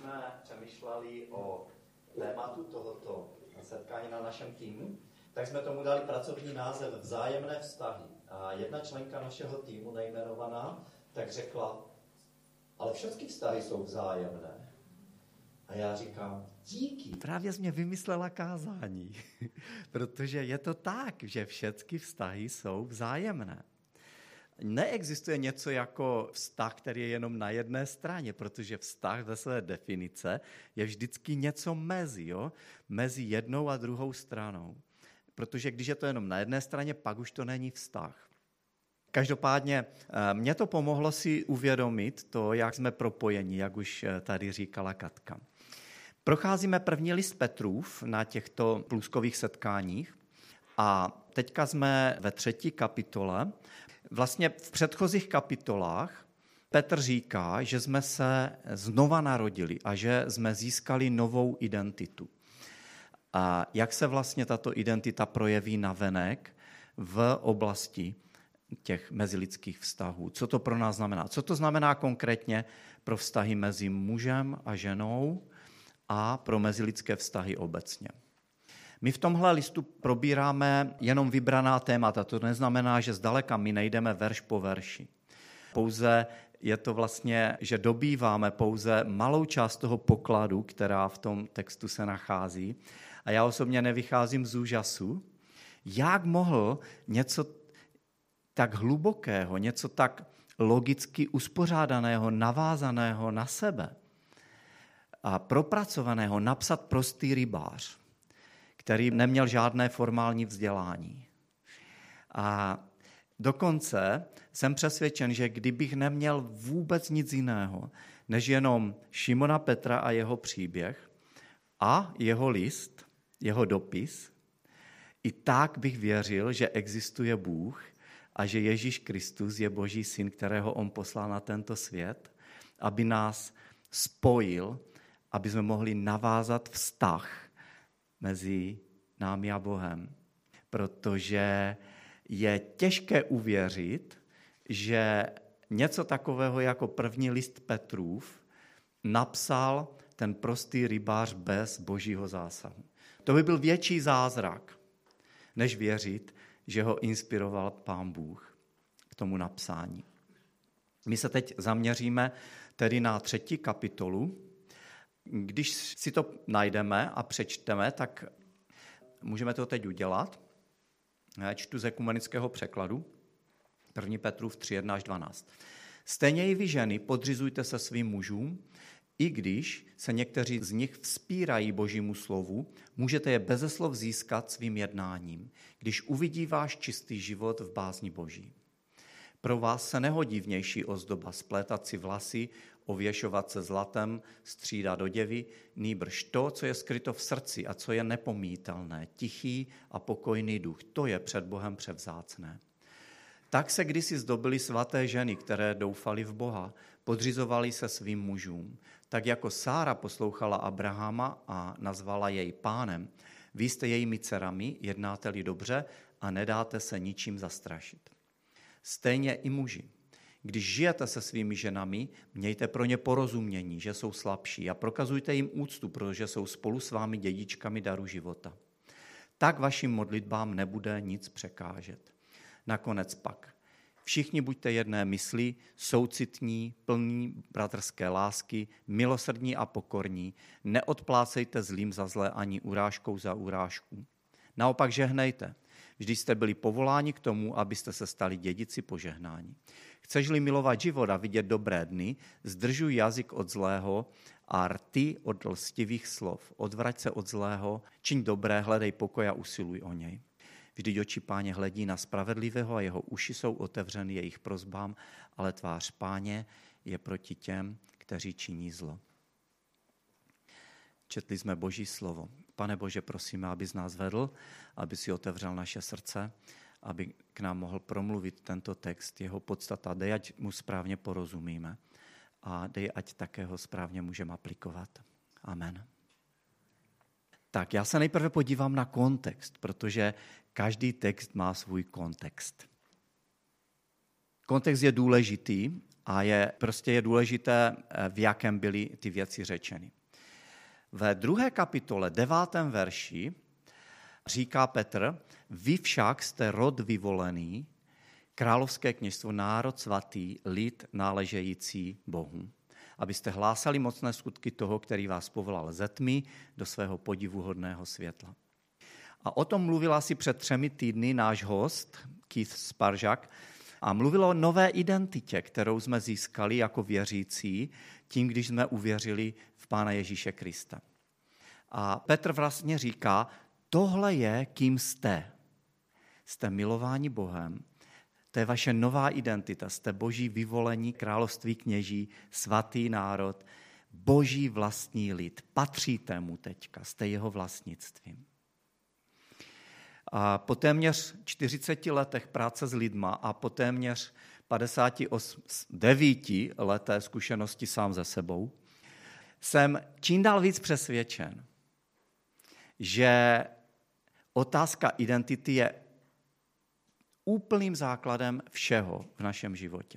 jsme přemýšleli o tématu tohoto setkání na našem týmu, tak jsme tomu dali pracovní název Vzájemné vztahy. A jedna členka našeho týmu, nejmenovaná, tak řekla, ale všechny vztahy jsou vzájemné. A já říkám, díky. Právě jsi mě vymyslela kázání, protože je to tak, že všechny vztahy jsou vzájemné. Neexistuje něco jako vztah, který je jenom na jedné straně, protože vztah ve své definice je vždycky něco mezi jednou a druhou stranou. Protože když je to jenom na jedné straně, pak už to není vztah. Každopádně mě to pomohlo si uvědomit to, jak jsme propojeni, jak už tady říkala Katka. Procházíme první list Petrův na těchto plůskových setkáních a teďka jsme ve 3. kapitole. Vlastně v předchozích kapitolách Petr říká, že jsme se znova narodili a že jsme získali novou identitu. A jak se vlastně tato identita projeví navenek v oblasti těch mezilidských vztahů? Co to pro nás znamená? Co to znamená konkrétně pro vztahy mezi mužem a ženou a pro mezilidské vztahy obecně? My v tomhle listu probíráme jenom vybraná témata. To neznamená, že zdaleka my nejdeme verš po verši. Pouze je to vlastně, že dobýváme pouze malou část toho pokladu, která v tom textu se nachází. A já osobně nevycházím z úžasu, jak mohl něco tak hlubokého, něco tak logicky uspořádaného, navázaného na sebe a propracovaného napsat prostý rybář, který neměl žádné formální vzdělání. A dokonce jsem přesvědčen, že kdybych neměl vůbec nic jiného, než jenom Šimona Petra a jeho příběh a jeho list, jeho dopis, i tak bych věřil, že existuje Bůh a že Ježíš Kristus je Boží syn, kterého on poslal na tento svět, aby nás spojil, aby jsme mohli navázat vztah mezi námi a Bohem. Protože je těžké uvěřit, že něco takového jako první list Petrův napsal ten prostý rybář bez Božího zásahu. To by byl větší zázrak, než věřit, že ho inspiroval Pán Bůh k tomu napsání. My se teď zaměříme tedy na 3. kapitolu. Když si to najdeme a přečteme, tak můžeme to teď udělat. Já čtu z ekumenického překladu, 1. Petrův 3:1-12. Stejně i vy ženy podřizujte se svým mužům, i když se někteří z nich vzpírají Božímu slovu, můžete je beze slov získat svým jednáním, když uvidí váš čistý život v bázni Boží. Pro vás se nehodí vnější ozdoba, splétat si vlasy, ověšovat se zlatem, střídat oděvy, nýbrž to, co je skryto v srdci a co je nepomítelné, tichý a pokojný duch, to je před Bohem převzácné. Tak se kdysi zdobily svaté ženy, které doufaly v Boha, podřizovaly se svým mužům. Tak jako Sára poslouchala Abrahama a nazvala jej pánem, vy jste jejími dcerami, jednáte-li dobře a nedáte se ničím zastrašit. Stejně i muži. Když žijete se svými ženami, mějte pro ně porozumění, že jsou slabší a prokazujte jim úctu, protože jsou spolu s vámi dědičkami daru života. Tak vašim modlitbám nebude nic překážet. Nakonec pak. Všichni buďte jedné mysli, soucitní, plní bratrské lásky, milosrdní a pokorní, neodplácejte zlým za zlé ani urážkou za urážku. Naopak žehnejte, vždyť jste byli povoláni k tomu, abyste se stali dědici požehnání. Chceš-li milovat život a vidět dobré dny, zdržuj jazyk od zlého a rty od lstivých slov. Odvrať se od zlého, čiň dobré, hledej pokoj a usiluj o něj. Vždyť oči Páně hledí na spravedlivého a jeho uši jsou otevřeny jejich prosbám, ale tvář Páně je proti těm, kteří činí zlo. Četli jsme Boží slovo. Pane Bože, prosíme, abys nás vedl, aby si otevřel naše srdce, aby k nám mohl promluvit tento text, jeho podstata. Dej, ať mu správně porozumíme a dej, ať také ho správně můžeme aplikovat. Amen. Tak, já se nejprve podívám na kontext, protože každý text má svůj kontext. Kontext je důležitý a je důležité, v jakém byly ty věci řečeny. Ve 2. kapitole 9. verši říká Petr, vy však jste rod vyvolený, královské kněžstvo, národ svatý, lid náležející Bohu, abyste hlásali mocné skutky toho, který vás povolal ze tmy do svého podivuhodného světla. A o tom mluvil asi před 3 týdny náš host, Keith Sparžak, a mluvil o nové identitě, kterou jsme získali jako věřící tím, když jsme uvěřili v Pána Ježíše Krista. A Petr vlastně říká, tohle je, kým jste. Jste milováni Bohem, to je vaše nová identita, jste boží vyvolení, království kněží, svatý národ, boží vlastní lid, patříte mu teďka, jste jeho vlastnictvím. A po téměř 40 letech práce s lidma a po téměř 59 leté zkušenosti sám ze sebou jsem čím dál víc přesvědčen, že otázka identity je úplným základem všeho v našem životě.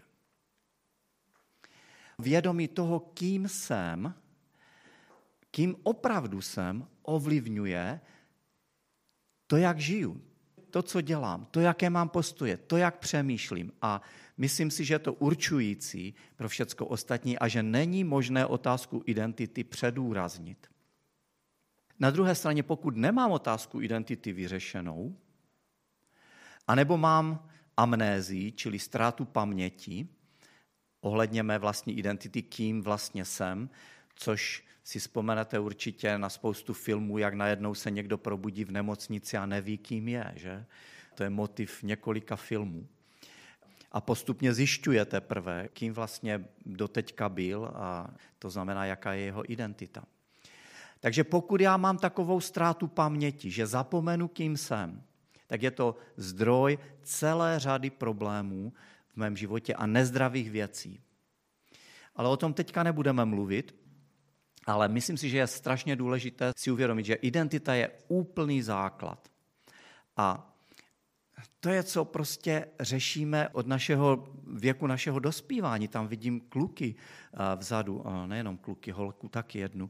Vědomí toho, kým jsem, kým opravdu jsem, ovlivňuje to, jak žiju, to, co dělám, to, jaké mám postoje, to, jak přemýšlím. A myslím si, že je to určující pro všecko ostatní a že není možné otázku identity předůraznit. Na druhé straně, pokud nemám otázku identity vyřešenou, anebo mám amnézii, čili ztrátu paměti, ohledně mé vlastní identity, kým vlastně jsem, což si vzpomenete určitě na spoustu filmů, jak najednou se někdo probudí v nemocnici a neví, kým je, že? To je motiv několika filmů. A postupně zjišťujete prvé, kým vlastně doteďka byl a to znamená, jaká je jeho identita. Takže pokud já mám takovou ztrátu paměti, že zapomenu, kým jsem, tak je to zdroj celé řady problémů v mém životě a nezdravých věcí. Ale o tom teďka nebudeme mluvit, ale myslím si, že je strašně důležité si uvědomit, že identita je úplný základ. A to je, co prostě řešíme od našeho věku, našeho dospívání. Tam vidím kluky vzadu, nejenom kluky, holku taky jednu,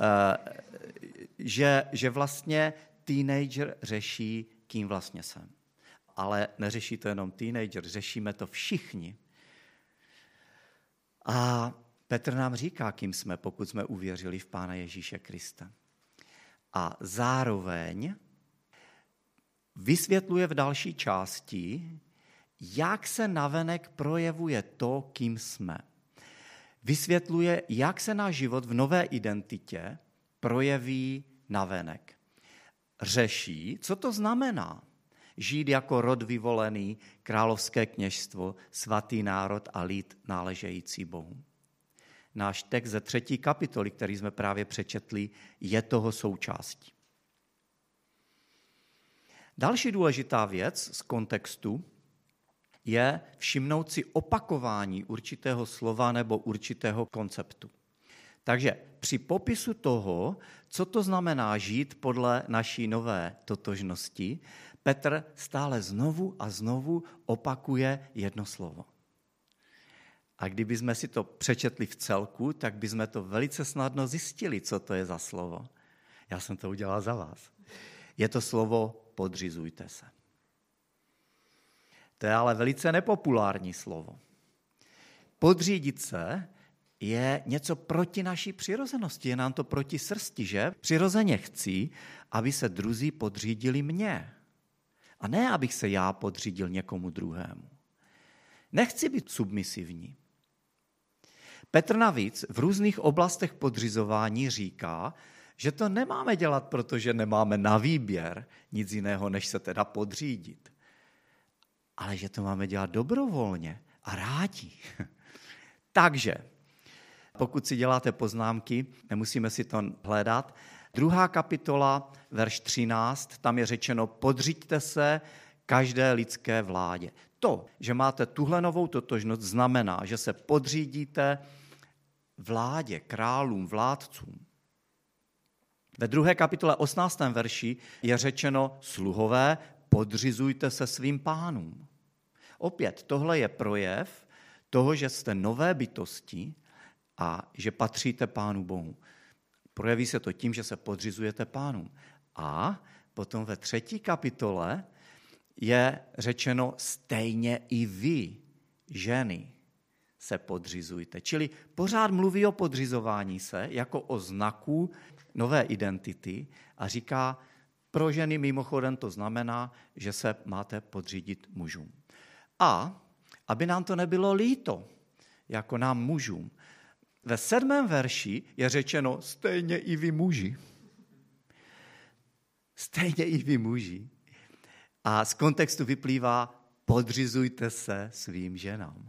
že vlastně teenager řeší, kým vlastně jsem. Ale neřeší to jenom teenager, řešíme to všichni. A Petr nám říká, kým jsme, pokud jsme uvěřili v Pána Ježíše Krista. A zároveň vysvětluje v další části, jak se navenek projevuje to, kým jsme. Vysvětluje, jak se náš život v nové identitě projeví navenek. Řeší, co to znamená žít jako rod vyvolený, královské kněžstvo, svatý národ a lid náležející Bohu. Náš text ze 3. kapitoly, který jsme právě přečetli, je toho součástí. Další důležitá věc z kontextu je všimnout si opakování určitého slova nebo určitého konceptu. Takže při popisu toho, co to znamená žít podle naší nové totožnosti, Petr stále znovu a znovu opakuje jedno slovo. A kdybychom si to přečetli v celku, tak bychom to velice snadno zjistili, co to je za slovo. Já jsem to udělal za vás. Je to slovo podřizujte se. To je ale velice nepopulární slovo. Podřídit se je něco proti naší přirozenosti, je nám to proti srsti, že? Přirozeně chci, aby se druzí podřídili mně. A ne, abych se já podřídil někomu druhému. Nechci být submisivní. Petr navíc v různých oblastech podřizování říká, že to nemáme dělat, protože nemáme na výběr nic jiného, než se teda podřídit. Ale že to máme dělat dobrovolně a rádi. Takže, pokud si děláte poznámky, nemusíme si to hledat, 2. kapitola, verš 13, tam je řečeno, podřiďte se každé lidské vládě. To, že máte tuhle novou totožnost, znamená, že se podřídíte vládě, králům, vládcům. Ve 2. kapitole 18. verši je řečeno, sluhové, podřizujte se svým pánům. Opět, tohle je projev toho, že jste nové bytosti a že patříte Pánu Bohu. Projeví se to tím, že se podřizujete Pánům. A potom ve 3. kapitole je řečeno stejně i vy, ženy, se podřizujte. Čili pořád mluví o podřizování se jako o znaku nové identity a říká, pro ženy mimochodem to znamená, že se máte podřídit mužům. A aby nám to nebylo líto, jako nám mužům, ve 7. verši je řečeno stejně i vy muži. Stejně i vy muži. A z kontextu vyplývá, podřizujte se svým ženám.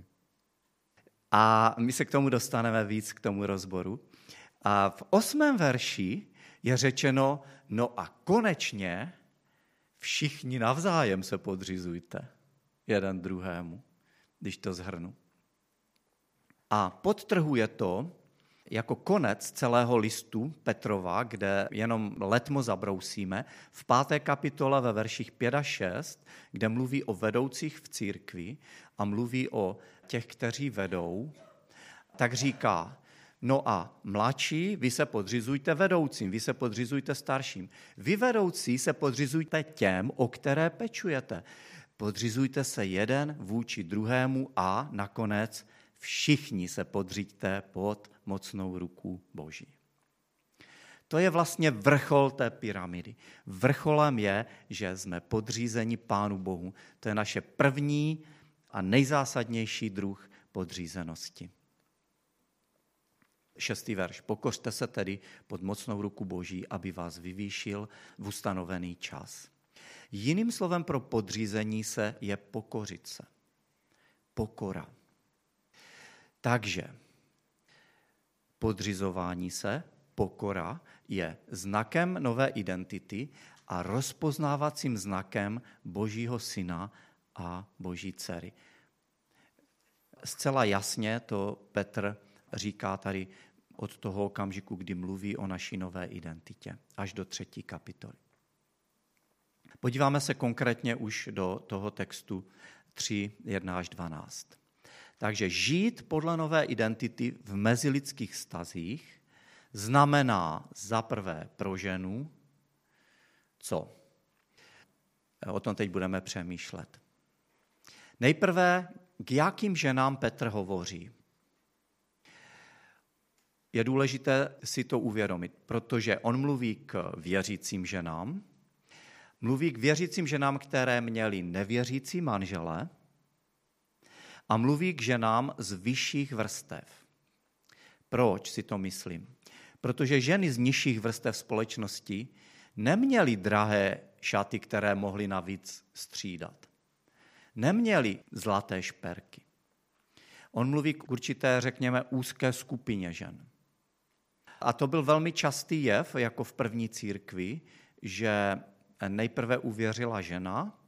A my se k tomu dostaneme víc, k tomu rozboru. A v 8. verši je řečeno, no a konečně všichni navzájem se podřizujte jeden druhému, když to shrnu. A podtrhuje to jako konec celého listu Petrova, kde jenom letmo zabrousíme, v 5. kapitole ve verších 5 a 6, kde mluví o vedoucích v církvi a mluví o těch, kteří vedou, tak říká, no a mladší, vy se podřizujte vedoucím, vy se podřizujte starším. Vy vedoucí se podřizujte těm, o které pečujete. Podřizujte se jeden vůči druhému a nakonec všichni se podřiďte pod mocnou ruku Boží. To je vlastně vrchol té pyramidy. Vrcholem je, že jsme podřízeni Pánu Bohu. To je naše první a nejzásadnější druh podřízenosti. 6. verš. Pokořte se tedy pod mocnou ruku Boží, aby vás vyvýšil v ustanovený čas. Jiným slovem pro podřízení se je pokořit se. Pokora. Takže podřizování se, pokora, je znakem nové identity a rozpoznávacím znakem Božího syna a Boží dcery. Zcela jasně to Petr říká tady od toho okamžiku, kdy mluví o naší nové identitě, až do 3. kapitoly. Podíváme se konkrétně už do toho textu 3, 1 až 12. Takže žít podle nové identity v mezilidských vztazích znamená za prvé pro ženu, co? O tom teď budeme přemýšlet. Nejprve, k jakým ženám Petr hovoří. Je důležité si to uvědomit, protože on mluví k věřícím ženám, mluví k věřícím ženám, které měly nevěřící manžele, a mluví k ženám z vyšších vrstev. Proč si to myslím? Protože ženy z nižších vrstev společnosti neměly drahé šaty, které mohly navíc střídat. Neměly zlaté šperky. On mluví k určité, řekněme, úzké skupině žen. A to byl velmi častý jev, jako v první církvi, že nejprve uvěřila žena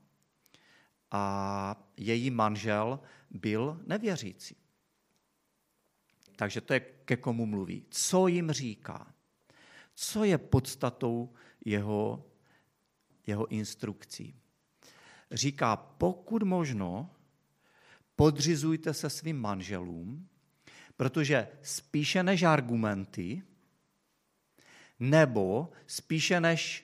a její manžel byl nevěřící. Takže to je ke komu mluví. Co jim říká? Co je podstatou jeho instrukcí? Říká, pokud možno, podřizujte se svým manželům, protože spíše než argumenty, nebo spíše než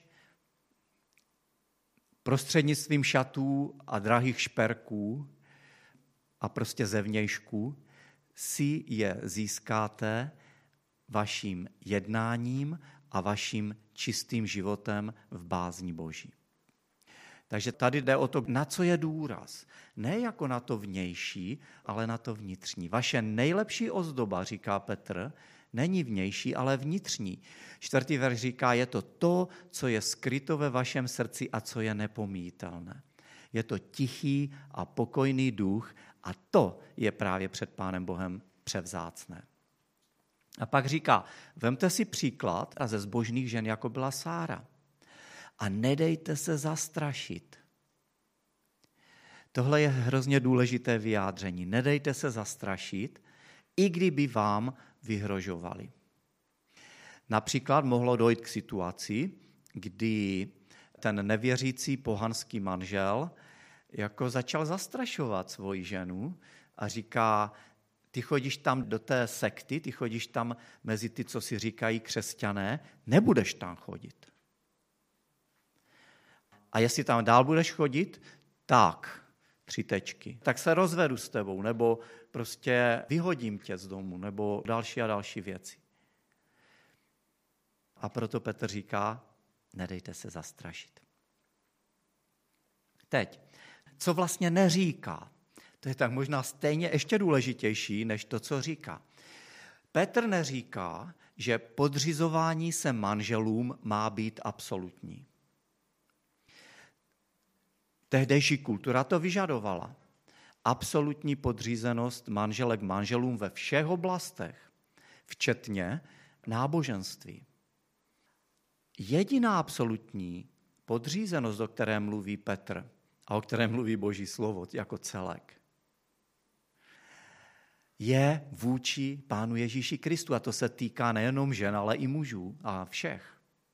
prostřednictvím šatů a drahých šperků a prostě zevnějšku, si je získáte vaším jednáním a vaším čistým životem v bázni Boží. Takže tady jde o to, na co je důraz. Ne jako na to vnější, ale na to vnitřní. Vaše nejlepší ozdoba, říká Petr, není vnější, ale vnitřní. 4. verš říká, je to, co je skryto ve vašem srdci a co je nepomítelné. Je to tichý a pokojný duch a to je právě před Pánem Bohem převzácné. A pak říká, vemte si příklad a ze zbožných žen, jako byla Sára. A nedejte se zastrašit. Tohle je hrozně důležité vyjádření. Nedejte se zastrašit, i kdyby vám vyhrožovali. Například mohlo dojít k situaci, kdy ten nevěřící pohanský manžel jako začal zastrašovat svoji ženu a říká, ty chodíš tam do té sekty, ty chodíš tam mezi ty, co si říkají křesťané, nebudeš tam chodit. A jestli tam dál budeš chodit, tak, 3 tečky, tak se rozvedu s tebou, nebo prostě vyhodím tě z domu, nebo další a další věci. A proto Petr říká, nedejte se zastrašit. Teď, co vlastně neříká, to je tak možná stejně ještě důležitější, než to, co říká. Petr neříká, že podřizování se manželům má být absolutní. Tehdejší kultura to vyžadovala. Absolutní podřízenost manželek manželům ve všech oblastech, včetně náboženství. Jediná absolutní podřízenost, o které mluví Petr a o které mluví Boží slovo jako celek, je vůči Pánu Ježíši Kristu. A to se týká nejenom žen, ale i mužů a všech.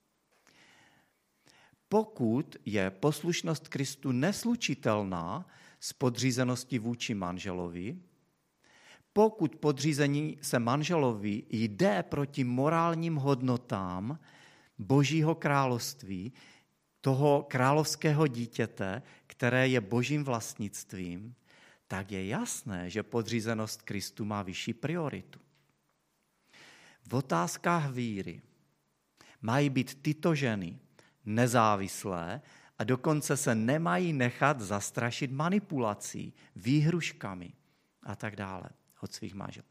Pokud je poslušnost Kristu neslučitelná s podřízeností vůči manželovi, pokud podřízení se manželovi jde proti morálním hodnotám Božího království, toho královského dítěte, které je Božím vlastnictvím, tak je jasné, že podřízenost Kristu má vyšší prioritu. V otázkách víry mají být tyto ženy nezávislé a dokonce se nemají nechat zastrašit manipulací, výhruškami a tak dále od svých manželů.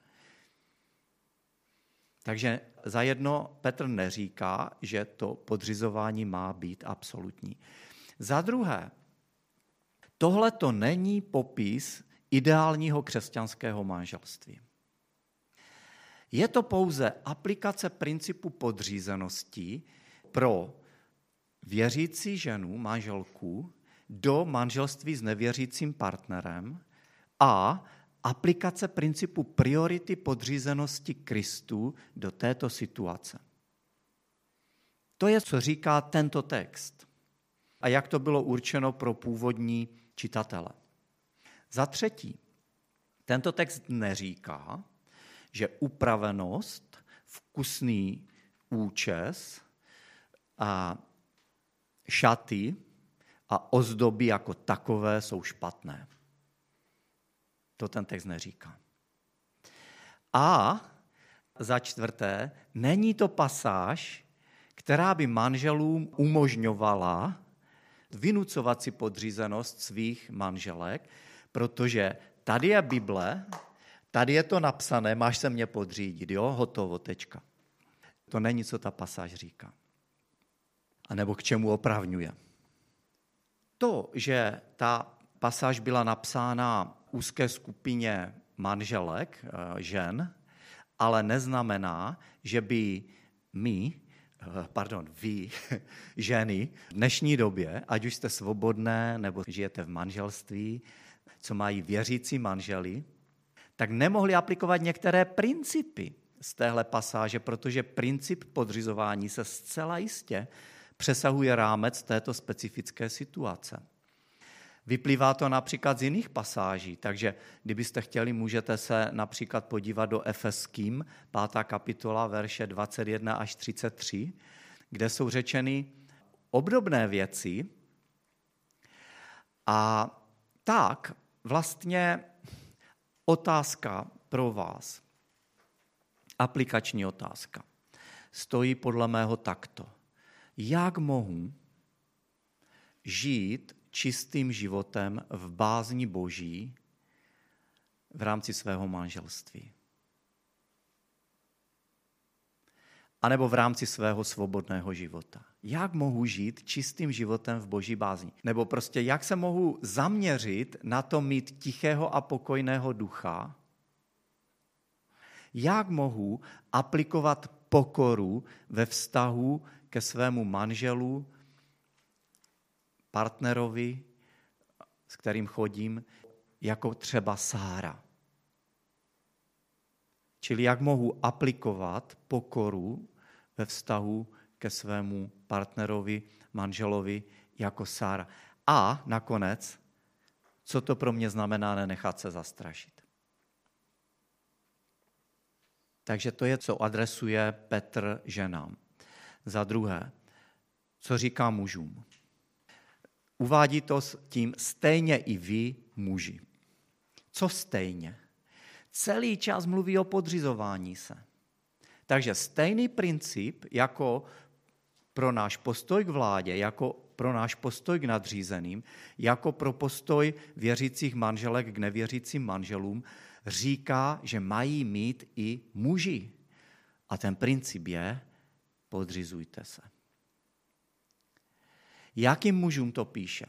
Takže zajedno Petr neříká, že to podřizování má být absolutní. Za druhé, tohle to není popis ideálního křesťanského manželství. Je to pouze aplikace principu podřízenosti pro věřící ženu, manželku, do manželství s nevěřícím partnerem a aplikace principu priority podřízenosti Kristu do této situace. To je, co říká tento text a jak to bylo určeno pro původní čitatele. Za třetí, tento text neříká, že upravenost, vkusný účes a šaty a ozdoby jako takové jsou špatné. To ten text neříká. A za čtvrté, není to pasáž, která by manželům umožňovala vynucovat si podřízenost svých manželek, protože tady je Bible, tady je to napsané, máš se mě podřídit, jo, hotovo, tečka. To není, co ta pasáž říká. A nebo k čemu opravňuje. To, že ta pasáž byla napsána úzké skupině manželek, žen, ale neznamená, že by vy, ženy, v dnešní době, ať už jste svobodné, nebo žijete v manželství, co mají věřící manželi, tak nemohli aplikovat některé principy z téhle pasáže, protože princip podřizování se zcela jistě přesahuje rámec této specifické situace. Vyplývá to například z jiných pasáží, takže kdybyste chtěli, můžete se například podívat do Efeským, 5. kapitola, verše 21 až 33, kde jsou řečeny obdobné věci. A tak vlastně otázka pro vás, aplikační otázka, stojí podle mého takto. Jak mohu žít čistým životem v bázni Boží v rámci svého manželství? A nebo v rámci svého svobodného života? Jak mohu žít čistým životem v Boží bázni? Nebo prostě jak se mohu zaměřit na to mít tichého a pokojného ducha? Jak mohu aplikovat pokoru ve vztahu ke svému manželu, partnerovi, s kterým chodím, jako třeba Sára. Čili jak mohu aplikovat pokoru ve vztahu ke svému partnerovi, manželovi, jako Sára. A nakonec, co to pro mě znamená nenechat se zastrašit. Takže to je, co adresuje Petr ženám. Za druhé, co říká mužům. Uvádí to s tím stejně i vy, muži. Co stejně? Celý čas mluví o podřizování se. Takže stejný princip jako pro náš postoj k vládě, jako pro náš postoj k nadřízeným, jako pro postoj věřících manželek k nevěřícím manželům, říká, že mají mít i muži. A ten princip je, podřizujte se. Jakým mužům to píše?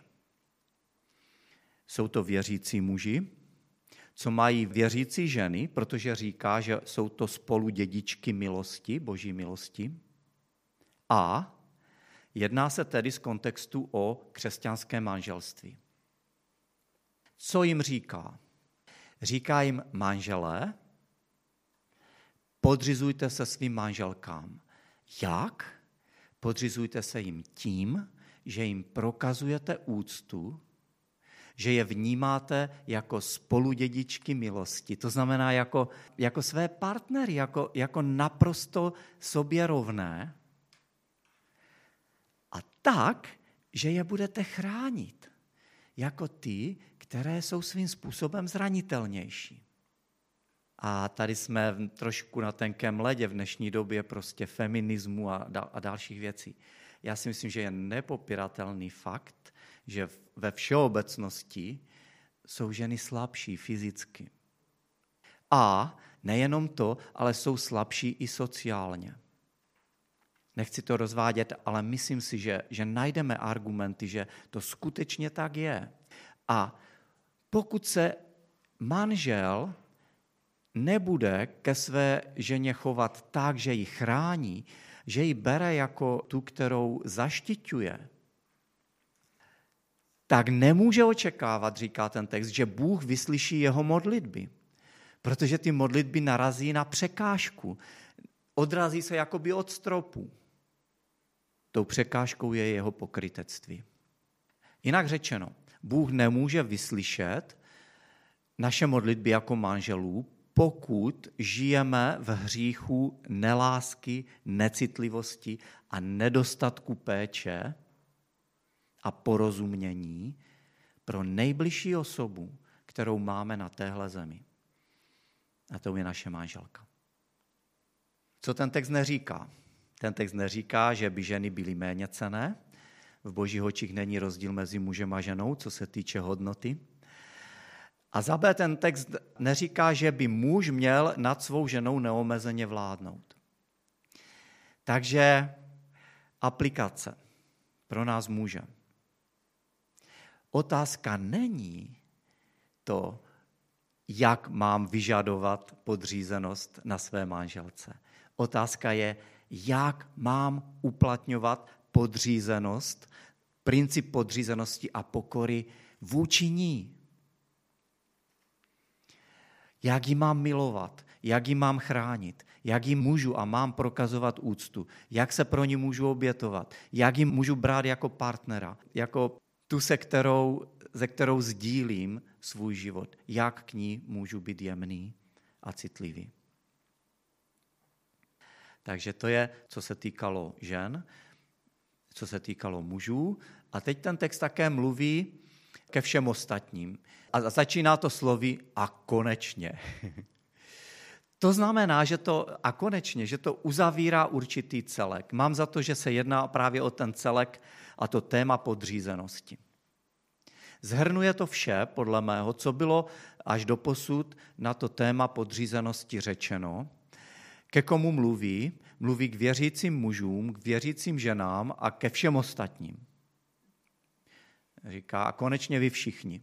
Jsou to věřící muži, co mají věřící ženy, protože říká, že jsou to spolu dědičky milosti, boží milosti. A jedná se tedy z kontextu o křesťanském manželství. Co jim říká? Říká jim manželé, podřizujte se svým manželkám. Jak? Podřizujte se jim tím, že jim prokazujete úctu, že je vnímáte jako spoludědičky milosti, to znamená jako své partnery, jako naprosto sobě rovné, a tak, že je budete chránit jako ty, které jsou svým způsobem zranitelnější. A tady jsme trošku na tenkém ledě v dnešní době prostě feminismu a dalších věcí. Já si myslím, že je nepopiratelný fakt, že ve všeobecnosti jsou ženy slabší fyzicky. A nejenom to, ale jsou slabší i sociálně. Nechci to rozvádět, ale myslím si, že najdeme argumenty, že to skutečně tak je. A pokud se manžel nebude ke své ženě chovat tak, že ji chrání, že ji bere jako tu, kterou zaštiťuje, tak nemůže očekávat, říká ten text, že Bůh vyslyší jeho modlitby. Protože ty modlitby narazí na překážku. Odrazí se jakoby od stropu. Tou překážkou je jeho pokrytectví. Jinak řečeno, Bůh nemůže vyslyšet naše modlitby jako manželů, pokud žijeme v hříchu nelásky, necitlivosti a nedostatku péče a porozumění pro nejbližší osobu, kterou máme na téhle zemi. A to je naše manželka. Co ten text neříká? Ten text neříká, že by ženy byly méněcenné. V božích očích není rozdíl mezi mužem a ženou, co se týče hodnoty. A za B ten text neříká, že by muž měl nad svou ženou neomezeně vládnout. Takže aplikace pro nás muže. Otázka není to, jak mám vyžadovat podřízenost na své manželce. Otázka je, jak mám uplatňovat podřízenost, princip podřízenosti a pokory vůči ní. Jak ji mám milovat, jak ji mám chránit, jak ji můžu a mám prokazovat úctu, jak se pro ní můžu obětovat, jak ji můžu brát jako partnera, jako tu, se kterou sdílím svůj život, jak k ní můžu být jemný a citlivý. Takže to je, co se týkalo žen, co se týkalo mužů. A teď ten text také mluví ke všem ostatním. A začíná to slovy a konečně. To znamená, že to uzavírá určitý celek. Mám za to, že se jedná právě o ten celek a to téma podřízenosti. Zhrnuje to vše, podle mého, co bylo až doposud na to téma podřízenosti řečeno. Ke komu mluví? Mluví k věřícím mužům, k věřícím ženám a ke všem ostatním. Říká, a konečně vy všichni.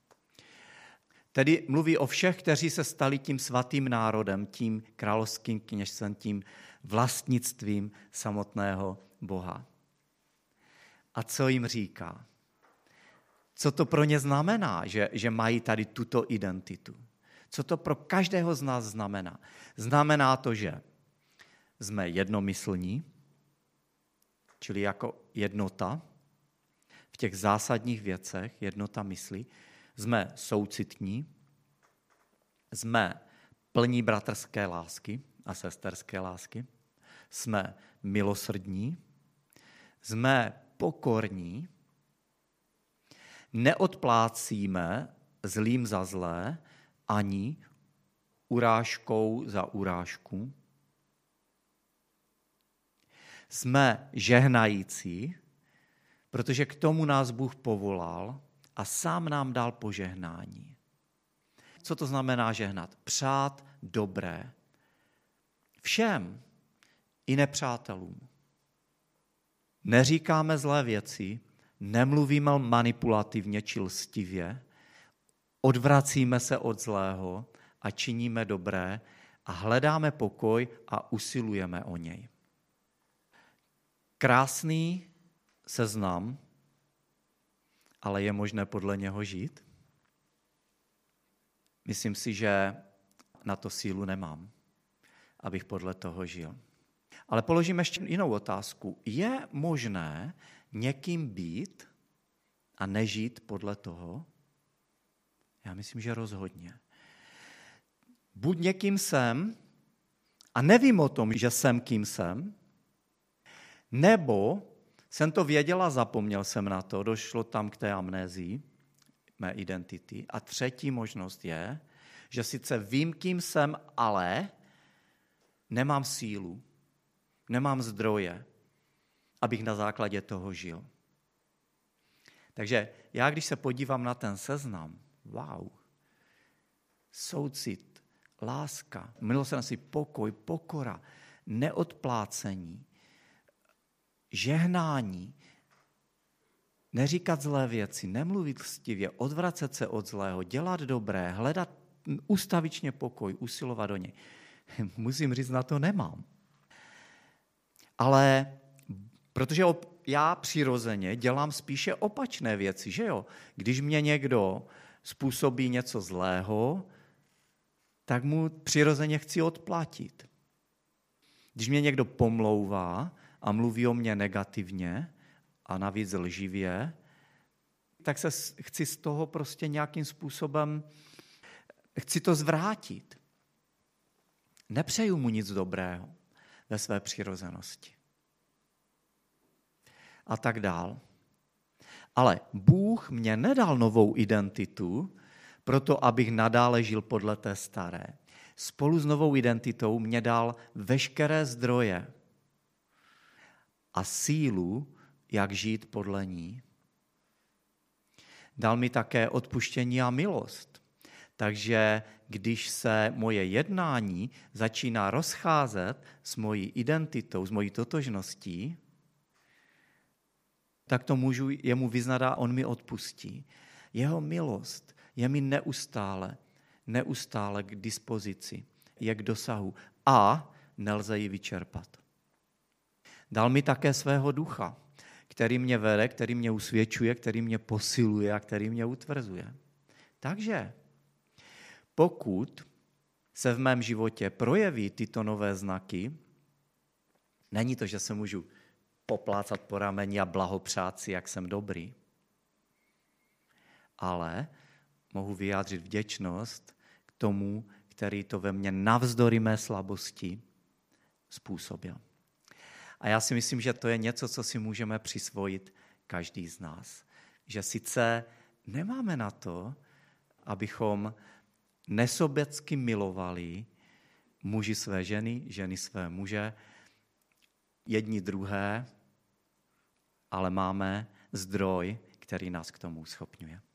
Tedy mluví o všech, kteří se stali tím svatým národem, tím královským kněžstvem, tím vlastnictvím samotného Boha. A co jim říká? Co to pro ně znamená, že mají tady tuto identitu? Co to pro každého z nás znamená? Znamená to, že jsme jednomyslní, čili jako jednota, v těch zásadních věcech, jednota mysli, jsme soucitní, jsme plní bratrské lásky a sesterské lásky. Jsme milosrdní, jsme pokorní, neodplácíme zlým za zlé ani urážkou za urážku. Jsme žehnající, protože k tomu nás Bůh povolal a sám nám dal požehnání. Co to znamená žehnat? Přát dobré. Všem, i nepřátelům. Neříkáme zlé věci, nemluvíme manipulativně či lstivě, odvracíme se od zlého a činíme dobré a hledáme pokoj a usilujeme o něj. Krásný seznam, ale je možné podle něho žít? Myslím si, že na to sílu nemám, abych podle toho žil. Ale položím ještě jinou otázku. Je možné někým být a nežít podle toho? Já myslím, že rozhodně. Buď někým jsem a nevím o tom, že jsem kým jsem, nebo jsem to věděl a zapomněl jsem na to, došlo tam k té amnézii mé identity. A třetí možnost je, že sice vím, kým jsem, ale nemám sílu, nemám zdroje, abych na základě toho žil. Takže já, když se podívám na ten seznam, wow, soucit, láska, milosrdenství, pokoj, pokora, neodplácení, žehnání, neříkat zlé věci, nemluvit lstivě, odvracet se od zlého, dělat dobré, hledat ustavičně pokoj, usilovat o něj. Musím říct, na to nemám. Ale protože já přirozeně dělám spíše opačné věci, že jo? Když mě někdo způsobí něco zlého, tak mu přirozeně chci odplatit. Když mě někdo pomlouvá a mluví o mně negativně a navíc lživě, tak se chci z toho prostě nějakým způsobem, chci to zvrátit. Nepřeju mu nic dobrého ve své přirozenosti. A tak dál. Ale Bůh mě nedal novou identitu, proto abych nadále žil podle té staré. Spolu s novou identitou mě dal veškeré zdroje a sílu, jak žít podle ní. Dal mi také odpuštění a milost. Takže když se moje jednání začíná rozcházet s mojí identitou, s mojí totožností, tak to můžu jemu vyznat a on mi odpustí. Jeho milost je mi neustále k dispozici, je k dosahu a nelze ji vyčerpat. Dal mi také svého ducha, který mě vede, který mě usvědčuje, který mě posiluje a který mě utvrzuje. Takže pokud se v mém životě projeví tyto nové znaky, není to, že se můžu poplácat po rameni a blahopřát si, jak jsem dobrý, ale mohu vyjádřit vděčnost k tomu, který to ve mně navzdory mé slabosti způsobil. A já si myslím, že to je něco, co si můžeme přisvojit každý z nás. Že sice nemáme na to, abychom nesobecky milovali muži své ženy, ženy své muže, jedni druhé, ale máme zdroj, který nás k tomu uschopňuje.